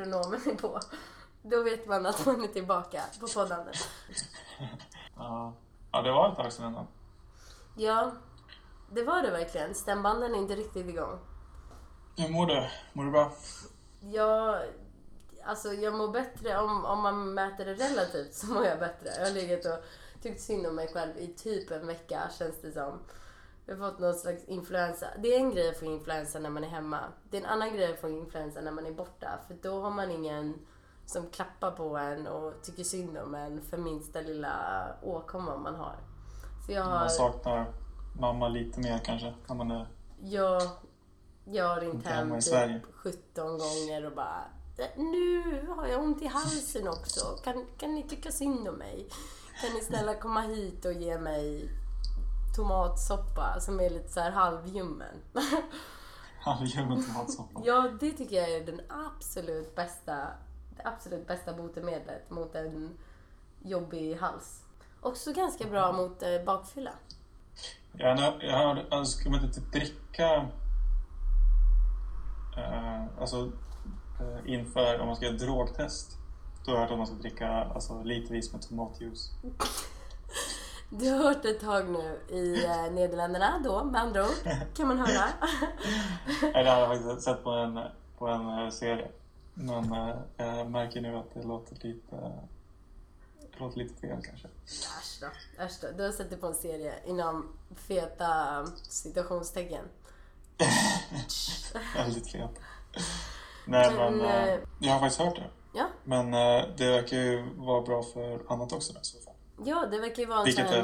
metronomen är på, då vet man att man är tillbaka på poddandet. Ja, det var ett tag sedan ändå. Ja, det var det verkligen. Stämbanden är inte riktigt igång. Hur mår du? Mår du bra? Jag mår bättre om man mäter det relativt, så mår jag bättre. Jag har legat och tyckt synd om mig själv i typ en vecka, känns det som. Jag har fått någon slags influensa. Det är en grej att få influensa när man är hemma. Det är en annan grej att få influensa när man är borta. För då har man ingen som klappar på en och tycker synd om en för minsta lilla åkomma man har. Så Man saknar mamma lite mer kanske när man är... Jag har ringt hem typ 17 gånger och bara, nu har jag ont i halsen också. Kan ni tycka synd om mig? Kan ni snälla komma hit och ge mig tomatsoppa som är lite så här halvljummen? Halvljummen tomatsoppa? Ja, det tycker jag är det absolut bästa botemedlet mot en jobbig hals. Också ganska bra mot bakfylla. Jag ska man inte dricka inför om man ska göra drogtest, då har jag hört att man ska dricka litervis med tomatjuice. Du har hört ett tag nu i Nederländerna då, med andra ord, kan man höra. Nej, det har jag faktiskt sett på en serie. Men jag märker nu att det låter lite fel kanske. Äsch då. Du har sett det på en serie inom feta situationstecken. Väldigt fet. Nej, men jag har faktiskt hört det. Ja. Men det verkar ju vara bra för annat också i så fall. Ja, det verkar ju vara en sån här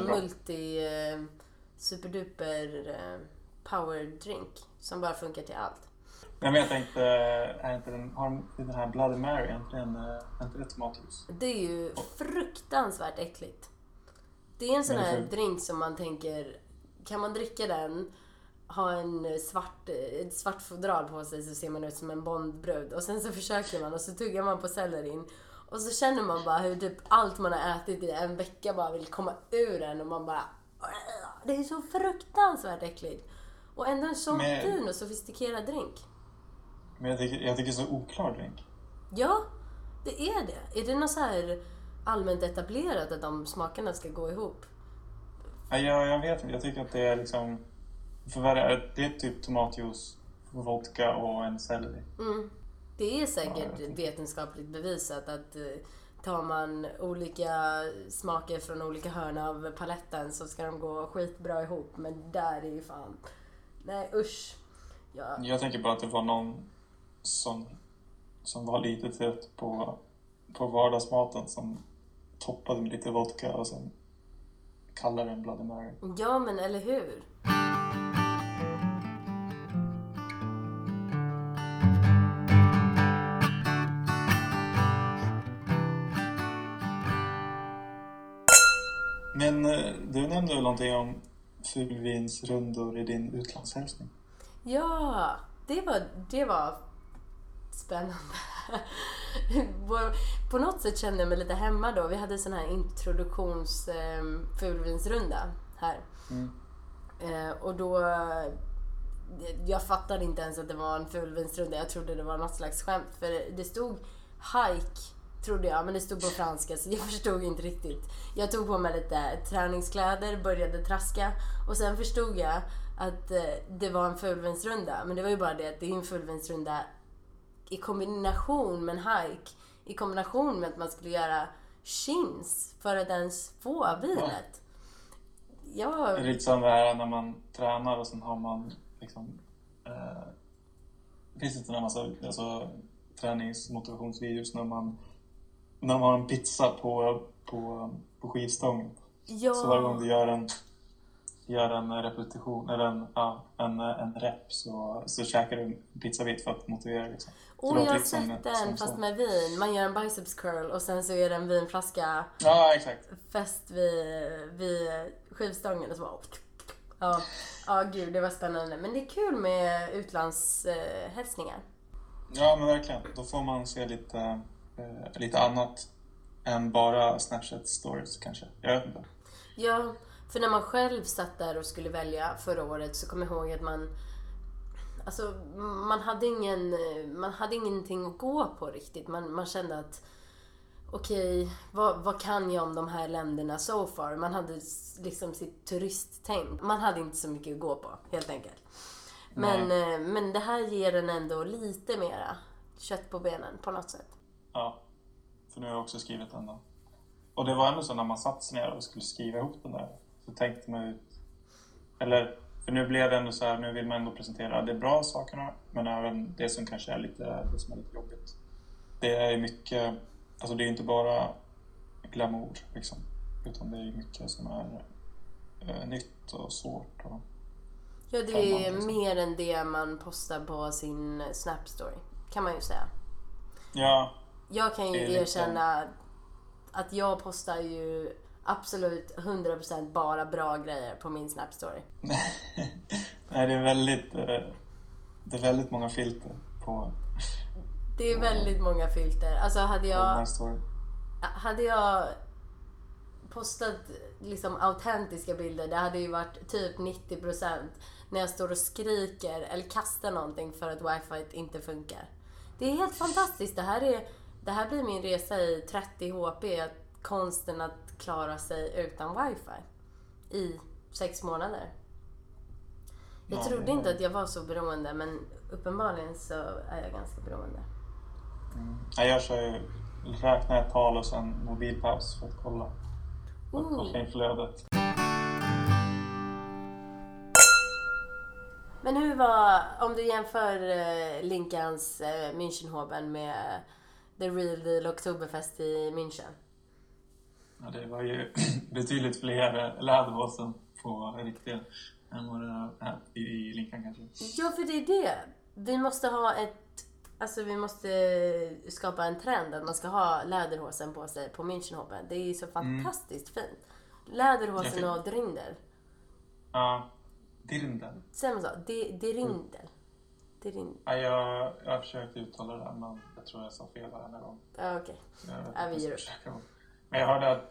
superduper power drink som bara funkar till allt. Men jag tänkte, har den här Bloody Mary är inte det tomatljus? Det är ju fruktansvärt äckligt. Det är en sån här drink som man tänker, kan man dricka den, ha ett svart fodral på sig, så ser man ut som en bondbrud. Och sen så försöker man och så tuggar man på sellerin. Och så känner man bara hur typ allt man har ätit i en vecka bara vill komma ur en. Och man bara, det är så fruktansvärt äckligt. Och ändå en sån fin och sofistikerad drink. Men jag tycker det är så oklar drink. Ja, det är det. Är det något så här allmänt etablerat att de smakerna ska gå ihop? Ja, jag vet inte. Jag tycker att det är liksom... För vad det är typ tomatjuice, vodka och en selleri. Mm. Det är säkert vetenskapligt bevisat att tar man olika smaker från olika hörn av paletten så ska de gå skitbra ihop. Men där är ju fan... Nej, usch. Ja. Jag tänker bara att det var någon som var lite trött på vardagsmaten som toppade med lite vodka och sen kallade den Bloody Mary. Ja, men eller hur? Men du nämnde väl någonting om fulvinsrundor i din utlandshälsning? Ja, det var spännande. På något sätt kände jag mig lite hemma då. Vi hade sån här introduktions fulvinsrunda här. Och då jag fattade inte ens att det var en fulvinsrunda. Jag trodde det var något slags skämt, för det stod hike, trodde jag, men det stod på franska så jag förstod inte riktigt. Jag tog på mig lite träningskläder, började traska och sen förstod jag att det var en fulvinsrunda. Men det var ju bara det att det är en fulvinsrunda i kombination med en hike, i kombination med att man skulle göra chins för att ens få vinet. Ja. Det är lite som det här när man tränar och sen har man liksom det finns inte en massa träningsmotivationsvideos när man har en pizza på skivstången. Ja. Så varje gång du gör en repetition eller en rep så käkar du en pizzabit för att motivera liksom. Och jag har sett den fast med vin. Man gör en biceps curl och sen så är det en vinflaska. Ja, exakt. Fäst vid skivstången och så bara... Ja, gud, det var spännande. Men det är kul med utlandshälsningar. Ja, men verkligen. Då får man se lite annat än bara Snapchat stories kanske. Jag vet inte. Ja, för när man själv satt där och skulle välja förra året så kommer jag ihåg att alltså, man hade ingenting att gå på riktigt. Man kände att okej, vad kan jag om de här länderna so far? Man hade liksom sitt turisttänk. Man hade inte så mycket att gå på, helt enkelt. Men det här ger en ändå lite mera kött på benen på något sätt. Ja, för nu har jag också skrivit den då. Och det var ändå så när man satt sig ner och skulle skriva ihop den där, så tänkte man ut, eller för nu blev det ändå så här, nu vill man ändå presentera de bra sakerna, men även det som kanske är det som är lite jobbigt. Det är mycket, alltså det är inte bara glamour liksom, utan det är mycket som är nytt och svårt. Och ja, det är mer än det man postar på sin Snap-story, kan man ju säga. Ja. Jag kan ju erkänna att jag postar ju absolut 100% bara bra grejer på min Snap-story. Nej, det är väldigt många filter på. Det är väldigt många filter. Alltså hade jag postat liksom autentiska bilder, det hade ju varit typ 90% när jag står och skriker eller kastar någonting för att wifi inte funkar. Det är helt fantastiskt. Det här blir min resa i 30 HP, konsten att klara sig utan wifi i 6 månader. Jag trodde inte att jag var så beroende, men uppenbarligen så är jag ganska beroende. Jag kör ju, räknar ett tal och sen mobilpaus för att kolla in flödet. Men hur var, om du jämför Linkans Münchenhoben med The Real Deal Oktoberfest i München? Ja, det var ju betydligt fler läderhosen på riktiga än vad det är i Linkan kanske. Ja, för det är det. Vi måste skapa en trend att man ska ha läderhosen på sig på Münchenhoben. Det är ju så fantastiskt fint. Läderhosen och Dirindl. Ja, Dirindl. Säger man så? Dirindl. Ja, jag försökte uttala det, men jag tror jag sa fel varje gång. Ja, okej. Vi gör det. Men jag hörde att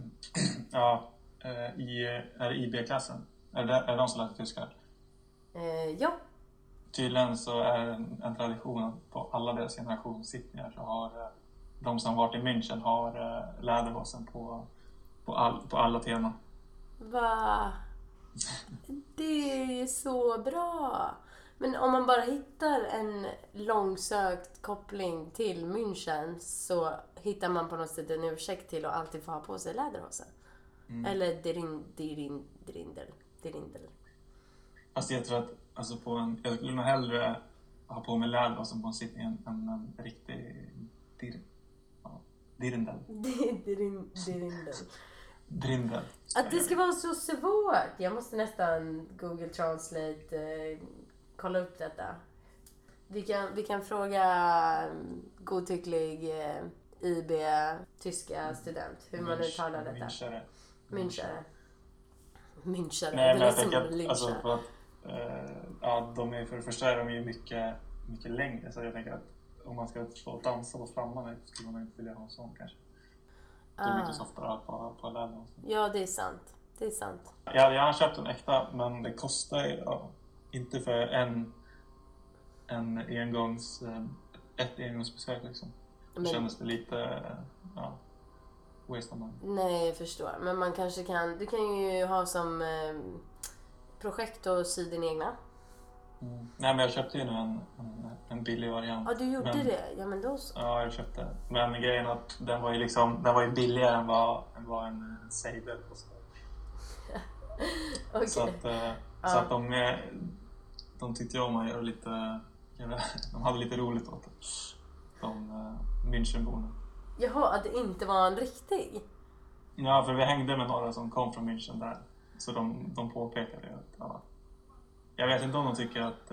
är det IB-klassen? Är det de som lär sig tyska? Ja. Tydligen så är en tradition på alla deras generationssittningar så har de som varit i München har läderhosen på alla teman. Va? Det är så bra. Men om man bara hittar en långsökt koppling till München så hittar man på något sätt en ursäkt till att alltid få ha på sig läderhosen. Eller Dirindl. Alltså jag tror att jag skulle nog hellre ha på mig läderhosen på en sittning än en riktig Dirindl. Dirindl. Att det ska vara så svårt. Jag måste nästan Google Translate kolla upp detta. Vi kan fråga godtycklig IB tyska student hur man uttalar detta. Münchare. Nej, men jag tänker att alltså, för att de är, för det första är de ju mycket, mycket längre, så jag tänker att om man ska stå och dansa på frammarna skulle man inte vilja ha en sån kanske. Det är mycket softare på läder. Ja, det är sant. Jag har köpt en äkta, men det kostar inte för ett engångsbesök liksom. Det kändes det lite waste of money. Nej, jag förstår. Men man kanske du kan ju ha som projekt och sy din egna. Nej, men jag köpte ju nu en billig variant. Ja, du gjorde det? Ja, men då så. Ja, jag köpte. Men grejen att den var ju billigare än vad en Seidel kostade. Okay. Så att de tyckte om att göra lite, de hade lite roligt åt det. De Münchenborna. Jaha, att det inte var en riktig? Ja, för vi hängde med några som kom från München där. Så de påpekade att jag vet inte om de tycker att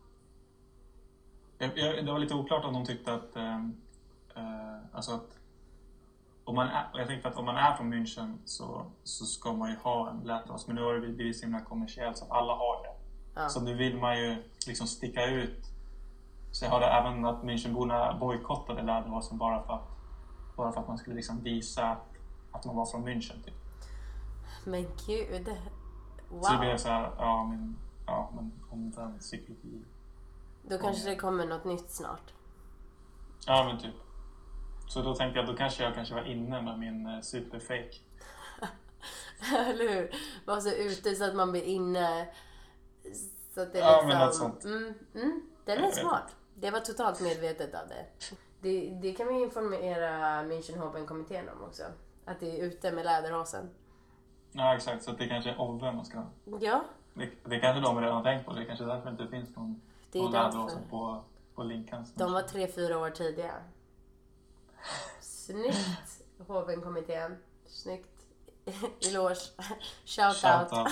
det var lite oklart om de tyckte att alltså att jag tänkte att om man är från München så ska man ju ha en läderhos. Men nu har det blivit så himla kommersiellt så att alla har det. Ja. Så nu vill man ju liksom sticka ut. Så jag hörde även att Münchenborna bojkottade läderhosen bara för att man skulle liksom visa att man var från München typ. Men gud, wow. Så det blev så här, men omvänd psykologi. Då kanske det kommer något nytt snart. Ja, men typ. Så då tänkte jag, då kanske jag var inne med min superfake. Eller hur? Var så ute så att man blir inne. Så att det är Ja, liksom... men något sånt. Den är smart. Det var totalt medvetet av det. Det kan vi informera Münchenhofen-kommittén om också. Att det är ute med läderhasen. Ja, exakt. Så att det kanske är Ove man ska... Ja. Det kanske de redan har tänkt på. Det är kanske därför inte finns någon läderhasa på Linkan. De var 3-4 år tidiga. Snyggt, Hoven-kommittén. Snyggt. Eloge. Shout out.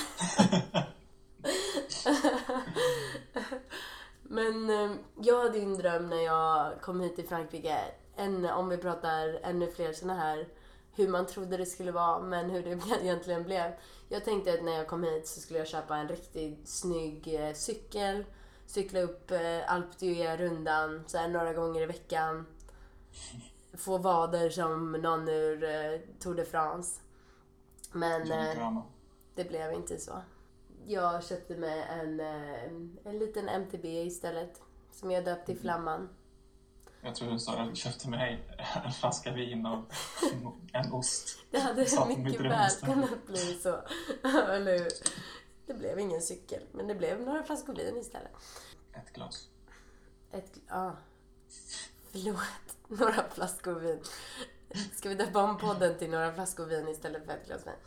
Men jag hade ju en dröm när jag kom hit till Frankrike. Om vi pratar ännu fler såna här. Hur man trodde det skulle vara, men hur det egentligen blev. Jag tänkte att när jag kom hit så skulle jag köpa en riktigt snygg cykel. Cykla upp Alpe d'Huez-rundan så här några gånger i veckan. Få vader som någon ur Tour de France. Men det blev inte så. Jag köpte mig en liten MTB istället. Som jag döpte i Flamman. Jag tror du sa att jag köpte mig en flaska vin och en ost. Det hade mycket väl kunnat bli så. Eller hur? Det blev ingen cykel. Men det blev några flaskor vin istället. Ett glas. Förlåt. Några flaskor vin. Ska vi döpa om podden till några flaskor vin istället för ett glas vin?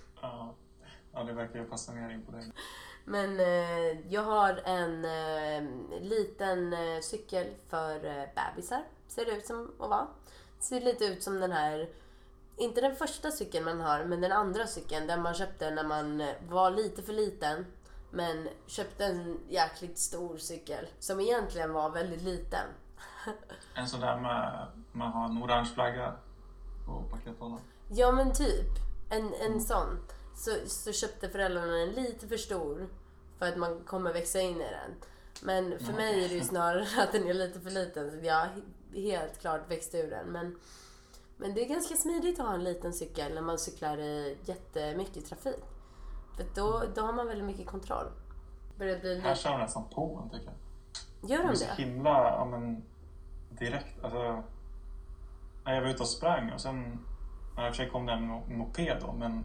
Ja, det verkar ju passa mer in på det. Men jag har en liten cykel för bebisar. Ser det ut som att vara. Ser lite ut som den här, inte den första cykeln man har, men den andra cykeln där man köpte när man var lite för liten. Men köpte en jäkligt stor cykel som egentligen var väldigt liten. En sån där med man har en orange flagga på pakethållaren. Ja, men typ. En sån. Så köpte föräldrarna en lite för stor för att man kommer växa in i den. Men för mig är det ju snarare att den är lite för liten. Så jag helt klart växte ur den. Men det är ganska smidigt att ha en liten cykel när man cyklar i jättemycket trafik. För då har man väldigt mycket kontroll. Här kör de nästan på en, tycker jag. Gör de det? Så himla, direkt. Alltså, jag var ute och sprang och sen jag försökte kom det en moped då, men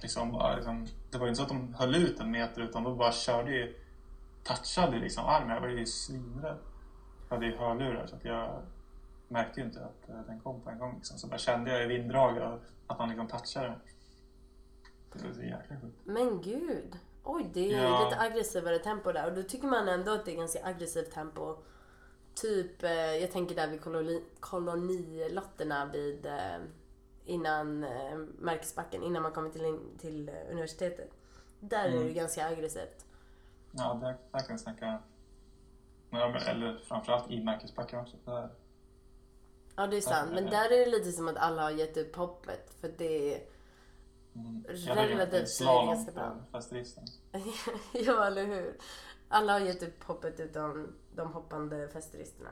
det var ju inte så att de höll ut en meter, utan de bara touchade liksom armen. Jag var ju svinrädd. Jag hade ju hörlurar så att jag märkte ju inte att den kom på en gång liksom. Så bara kände jag i vinddrag att man liksom touchade den. Det var så jäkla sjukt. Men gud. Oj, det är lite aggressivare tempo där. Och då tycker man ändå att det är ganska aggressivt tempo. Typ, jag tänker där vid kolonilotterna vid innan Märkesbacken, innan man kommer till universitetet. Där är det ganska aggressivt. Ja, där kan jag snacka. Eller framförallt i Märkesbacken också. Där. Ja, det är sant. Men där är det lite som att alla har gett upp hoppet. För det är relativt ganska bra. Ja, eller hur? Alla har gett upp hoppet utom de hoppande festeristerna.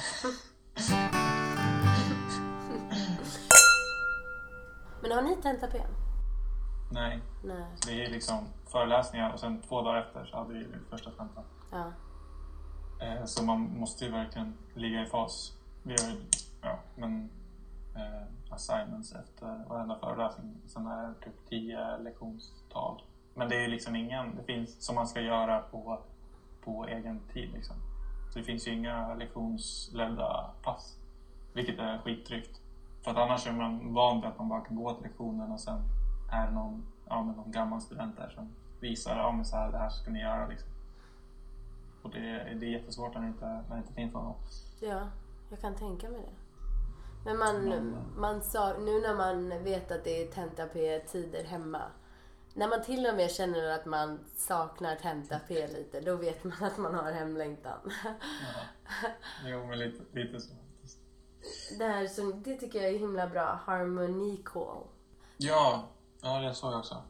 Men har ni tentapen? Nej. Det är liksom föreläsningar och sen 2 dagar efter så hade vi första tentan. Ja. Så man måste ju verkligen ligga i fas. Vi har assignments efter varenda föreläsning. Sen är det typ 10 lektionstal. Men det är liksom det finns som man ska göra på egen tid liksom. Så det finns ju inga lektionsledda pass. Vilket är skittryggt. För att annars är man van vid att man bara kan gå till lektionen och sen är det någon gammal student där som visar men så här, det här ska ni göra liksom. Och det är jättesvårt när det inte finns någon. Ja, jag kan tänka mig det. Men man sa, nu när man vet att det är tenta-p-tider hemma, när man till och med känner att man saknar tenta-p lite, då vet man att man har hemlängtan. Ja. Jo, men lite så. Det tycker jag är himla bra. Harmony Call. Ja, det såg jag också.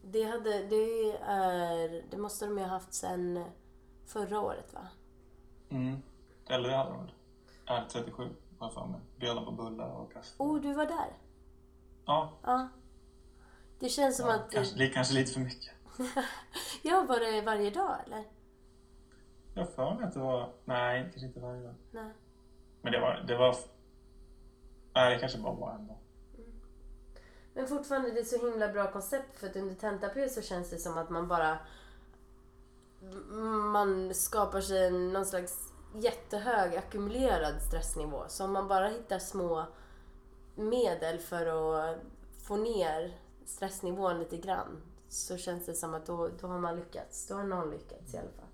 Det måste de ju ha haft sen förra året, va? Eller det hade de väl. R37 var för mig. Bjöd på bullar och kaffe. Du var där? Ja. Det känns som att... Kanske lite för mycket. Ja, var det varje dag, eller? Jag för mig att det var... Nej, inte riktigt varje dag. Nej. Men det var... Nej, det kanske bara var en dag. Men fortfarande det är så himla bra koncept, för att under tentaperiod så känns det som att man skapar sig någon slags jättehög ackumulerad stressnivå. Så om man bara hittar små medel för att få ner stressnivån lite grann, så känns det som att då har man lyckats. Då har någon lyckats i alla fall.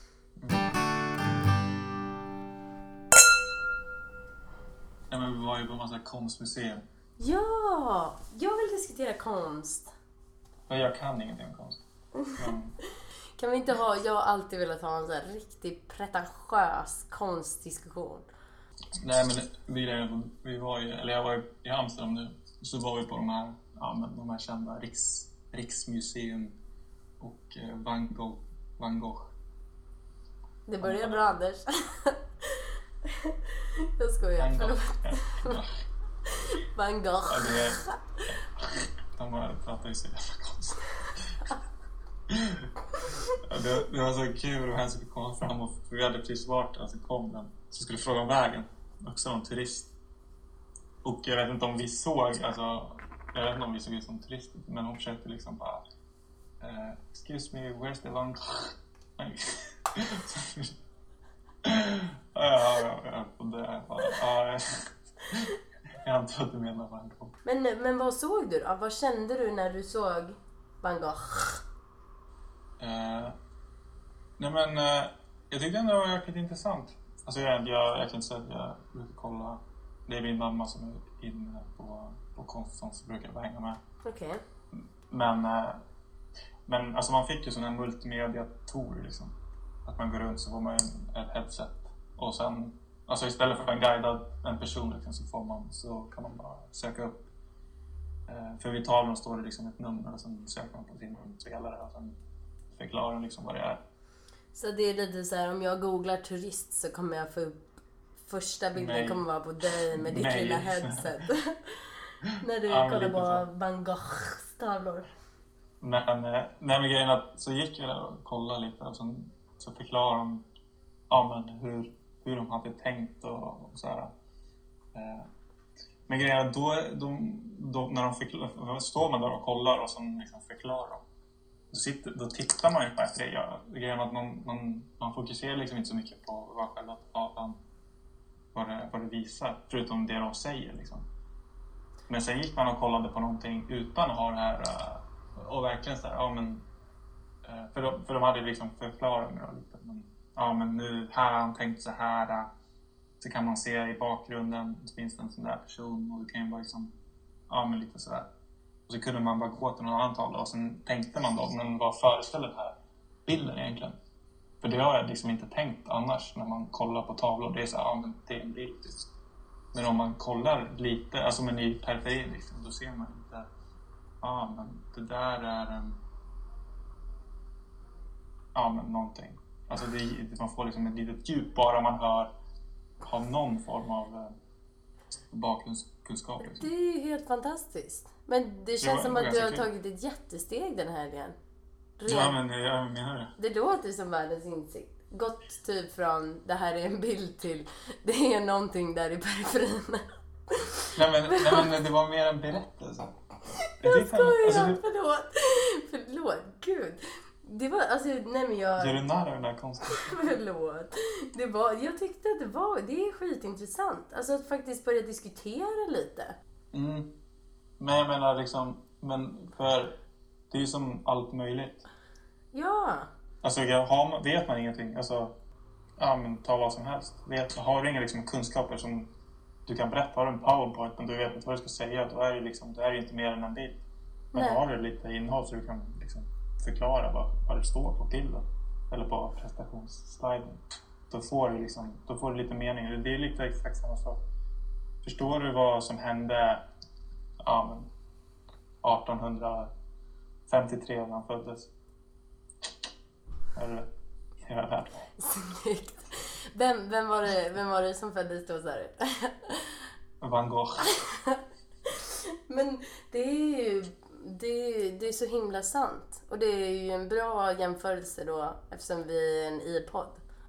Ja, men vi var ju på en massa konstmuseum. Ja! Jag vill diskutera konst. Men jag kan ingenting om konst. Men... Kan vi inte ha... Jag har alltid velat ha en sån här riktigt pretentiös konstdiskussion. Nej, men vi var ju... Eller jag var ju i Amsterdam nu. Så var vi på de här kända Riksmuseum och Van Gogh. Det börjar bra, Anders. Jag skojar. Förlåt. Van Gogh. Ja, de pratar ju så jävla konstigt. Det var så kul och han skulle komma fram och vi hade precis varit där, så kom den. Så skulle fråga om vägen. Också någon turist. Och jag vet inte om vi såg ut som turister, men hon försökte liksom bara excuse me, where's the Van Gogh? Jag antar att du menar Van Gogh. Men vad såg du då? Vad kände du när du såg Van Gogh? Nej men jag tyckte ändå det var jäkligt intressant. Alltså jag kan inte säga att jag brukar kolla. Det är min mamma som är inne på konst som brukar jag hänga med. Okej. Men alltså man fick ju sån här multimedia-tour liksom. Att man går runt så får man ett headset. Och sen, alltså istället för att guida en person liksom, så kan man bara söka upp. För vid tavlan står det liksom ett nummer och sen söker man på sin spelare och sen förklarar den liksom vad det är. Så det är lite så här, om jag googlar turist så kommer jag få upp första bilden kommer vara på dig med ditt lilla headset. När du kollar på Van Goghs tavlor. Men grejen att så gick jag där och kollade lite och så förklarade de hur de hade tänkt och så här. Men grejen att då när de står man där och kollar och så liksom förklarar de. Då tittar man ju på det. Grejen att man fokuserar liksom inte så mycket på vad själva tavlan vad det visar, förutom det de säger liksom. Men sen gick man och kollade på någonting utan att ha det här och verkligen så här, för de hade liksom förklarat mig lite. Men nu här har han tänkt så här, så kan man se i bakgrunden så finns det en sån där person och du kan ju bara liksom, lite sådär. Och så kunde man bara gå till någon annan tavla och sen tänkte man då, men vad föreställer den här bilden egentligen? För det har jag liksom inte tänkt annars när man kollar på tavlor. Det är så här, men det är en bild. Men om man kollar lite, alltså med ny periferin liksom, då ser man inte, men det där är men någonting. Alltså man får liksom ett litet djup bara man har någon form av bakgrundskunskap. Liksom. Det är ju helt fantastiskt. Men det känns som att du har tagit ett jättesteg den här helgen. Ja, men jag menar det. Det låter som världens insikt. Gått typ från det här är en bild till det är någonting där i periferin. Nej men det var mer en berättelse. Jag skojar, förlåt, gud. Det var, alltså, nej men jag... Gör du narr av den här konsten? Förlåt. Jag tyckte att det är skitintressant. Alltså att faktiskt börja diskutera lite. Men jag menar liksom, för det är ju som allt möjligt. Ja. Alltså vet man ingenting, alltså, men ta vad som helst. Har du inga liksom kunskaper som du kan berätta, har du en powerpoint men du vet inte vad du ska säga, då är det liksom, det är ju inte mer än en bild. Men har du lite innehåll så du kan liksom förklara vad det står på bilden eller på prestationssliden, då får du lite mening. Det är lite exakt samma sak. Förstår du vad som hände 1853 när han föddes? Är det värt? Snyggt. Vem var det som föddes då, sa du? Van Gogh. Men det är så himla sant. Och det är ju en bra jämförelse då, eftersom vi är en iPod.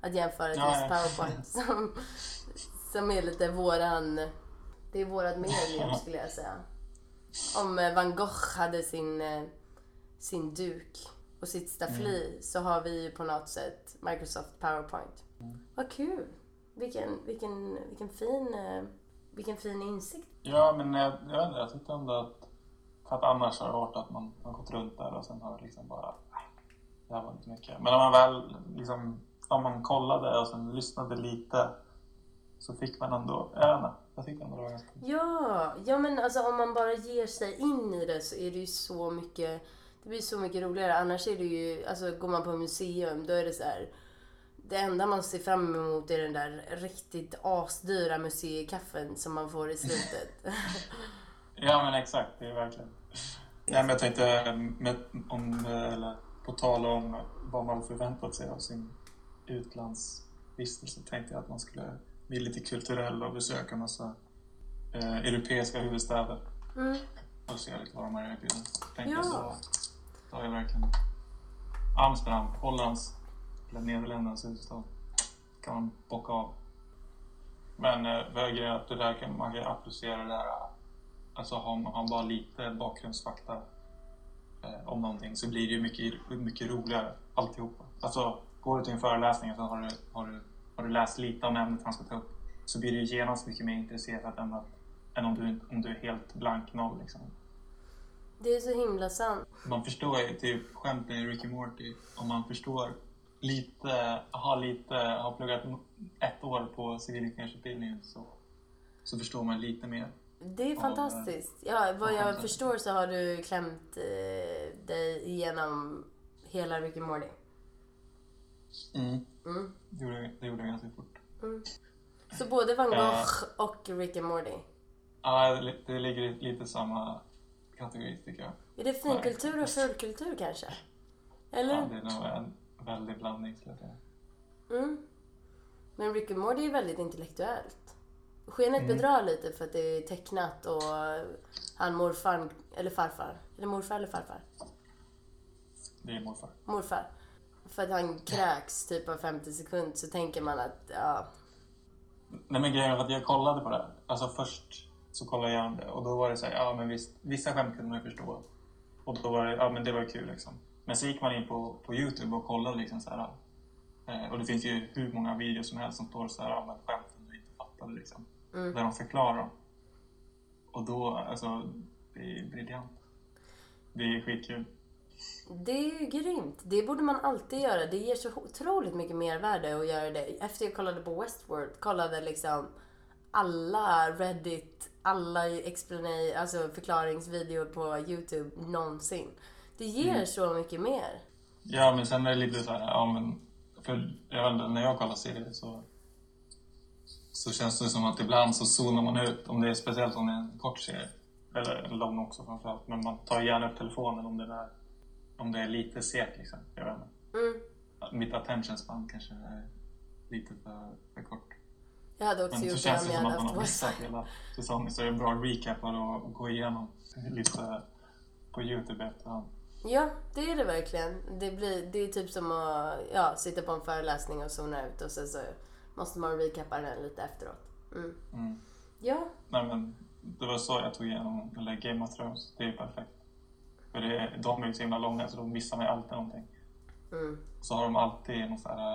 att jämföra till just PowerPoint som är lite det är vårat medium skulle jag säga. Om Van Gogh hade sin duk och sitt staffli så har vi på något sätt Microsoft PowerPoint. Vad kul! Vilken fin insikt. Ja, men jag tyckte ändå att annars har det varit att man har gått runt där och sen har det liksom bara det här var inte mycket. Men om man väl liksom, om man kollade och sen lyssnade lite så fick man ändå, jag tyckte ändå det var ganska kul. Ja, men alltså om man bara ger sig in i det så är det ju så mycket, det blir så mycket roligare. Annars är det ju, alltså går man på museum då är det så här, det enda man ser fram emot är den där riktigt asdyra museikaffen som man får i slutet. Ja, men exakt, det är verkligen. Nej, men jag tänkte eller på tal om vad man förväntat sig av sin utlandsvistelse, tänkte jag att man skulle bli lite kulturell och besöka en massa europeiska huvudstäder och se lite vad de har erbjudit. Tänkte då är verkligen Amsterdam, Hollands eller Nederländernas huvudstad kan man bocka av. Men grejen är att det där man kan applicera det där. Alltså har man bara lite bakgrundsfakta om någonting så blir det ju mycket roligare alltihopa. Alltså går du till en föreläsning och så har du läst lite om ämnet han ska ta upp så blir du genast mycket mer intresserad än om du är helt blank noll liksom. Det är så himla sant. Man förstår ju typ skämten i Rick and Morty om man förstår har pluggat 1 år på civilingenjörsutbildningen så förstår man lite mer. Det är fantastiskt. Ja, vad jag förstår så har du klämt dig igenom hela Rick and Morty. Det gjorde jag ganska fort. Så både Van Gogh och Rick and Morty? Ja, det ligger lite samma kategori tycker jag. Är det finkultur och fulkultur kanske? Eller? Ja, det är nog en väldig blandning skulle jag säga. Men Rick and Morty är väldigt intellektuellt. Skenet bedrar lite för att det är tecknat och han morfar eller farfar. Är det morfar eller farfar? Det är morfar. Morfar. För att han kräks typ av 50 sekunder så tänker man att Nej, men grejen är att jag kollade på det. Alltså först så kollade jag det och då var det så här, men visst, vissa skämt kunde man förstå. Och då var det, men det var kul liksom. Men så gick man in på YouTube och kollade liksom så här. Och det finns ju hur många videos som helst som står så här med skämt som du inte fattade liksom. Där de förklarar dem. Och då, alltså, det är briljant. Det är skitkul. Det är ju grymt. Det borde man alltid göra. Det ger så otroligt mycket mervärde att göra det. Efter jag kollade på Westworld, kollade liksom alla Reddit, alla Explain, alltså förklaringsvideor på YouTube någonsin. Det ger så mycket mer. Ja, men sen är det lite så här, men för jag vet inte, när jag kollar serier så känns det som att ibland så zonar man ut, om det är speciellt om det är en kort serie, eller en lång också framförallt, men man tar gärna upp telefonen om det är lite segt liksom, jag vet inte. Mitt attention span kanske är lite för kort. Jag hade också men gjort så känns det som att man haft har missat hela säsongen, så är det en bra recap och gå igenom lite på YouTube efterhand. Ja, det är det verkligen. Det är typ som att sitta på en föreläsning och zona ut och sen så måste man recappa den lite efteråt. Ja. Nej, men det var så jag tog igenom Game of Thrones. Det är ju perfekt. För de är ju så himla långa så de missar mig alltid någonting. Så har de alltid någon sån här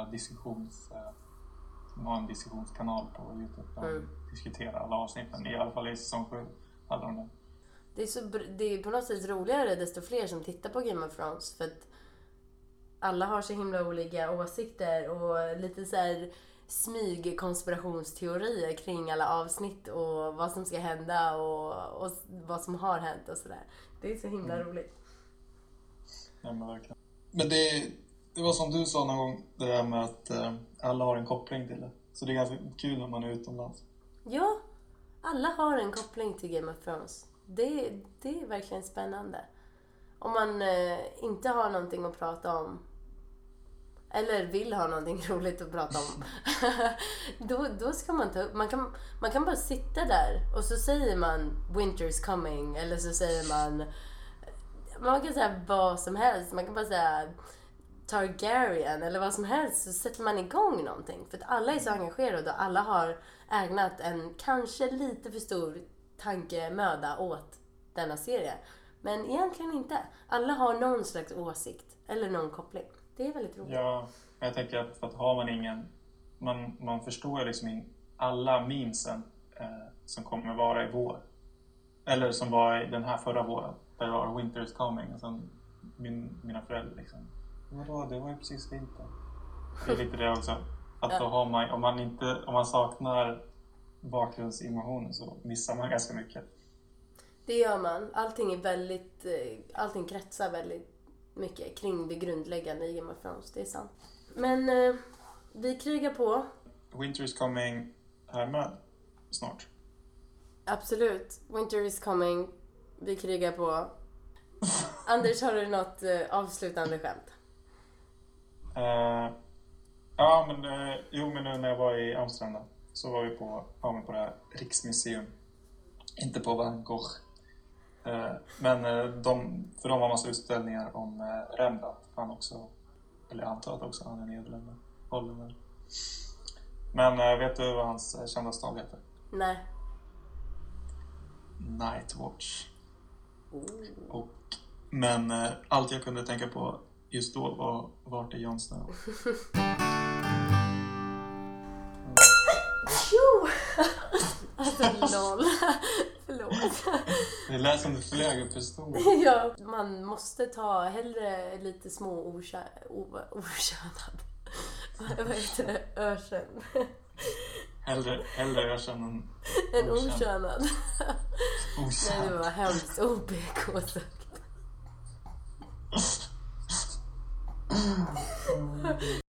de har en diskussionskanal på YouTube där de diskuterar alla avsnitten. I alla fall i säsong 7 hade de det. Det är på något sätt roligare desto fler som tittar på Game of Thrones för att alla har så himla olika åsikter och lite så här smygkonspirationsteorier kring alla avsnitt och vad som ska hända och vad som har hänt och sådär. Det är så himla roligt. Ja, men verkligen. Men det var som du sa någon gång, det där med att alla har en koppling till det. Så det är ganska kul när man är utomlands. Ja, alla har en koppling till Game of Thrones. Det är verkligen spännande. Om man inte har någonting att prata om eller vill ha någonting roligt att prata om då ska man ta upp, man kan bara sitta där och så säger man Winter's coming eller så säger man kan säga vad som helst, man kan bara säga Targaryen eller vad som helst, så sätter man igång någonting. För att alla är så engagerade och alla har ägnat en kanske lite för stor tankemöda åt denna serie. Men egentligen inte. Alla har någon slags åsikt eller någon koppling. Det är väldigt roligt. Ja, jag tänker att för att har man ingen... Man förstår liksom alla memesen som kommer vara i vår. Eller som var i den här förra våren. Där det var Winter is coming. Och sen mina föräldrar liksom... Vadå, det var ju precis vinter. Det är lite det också. Att då har man, om man saknar bakgrundsinformationen så missar man ganska mycket. Det gör man. Allting kretsar väldigt mycket kring det grundläggande i Game of Thrones. Det är sant. Men vi krigar på. Winter is coming här med snart. Absolut. Winter is coming. Vi krigar på. Anders, har du något avslutande skämt? Ja, men nu när jag var i Amsterdam så var vi på det här Riksmuseum. Inte på Van Gogh. Men för de har massa utställningar om Rembrandt. Han också, eller jag antar att också han är Nederländerna. Men vet du vad hans kända stad heter? Nej. Nightwatch. Men allt jag kunde tänka på just då var vart är Jon Snow? Alltså lol. Förlåt. Det lät som du flög upp för stor. Ja, man måste ta hellre lite små okönad. Vad heter det? Örsön. Hellre örsön än okönad. Nej, det var hemskt OPK sagt.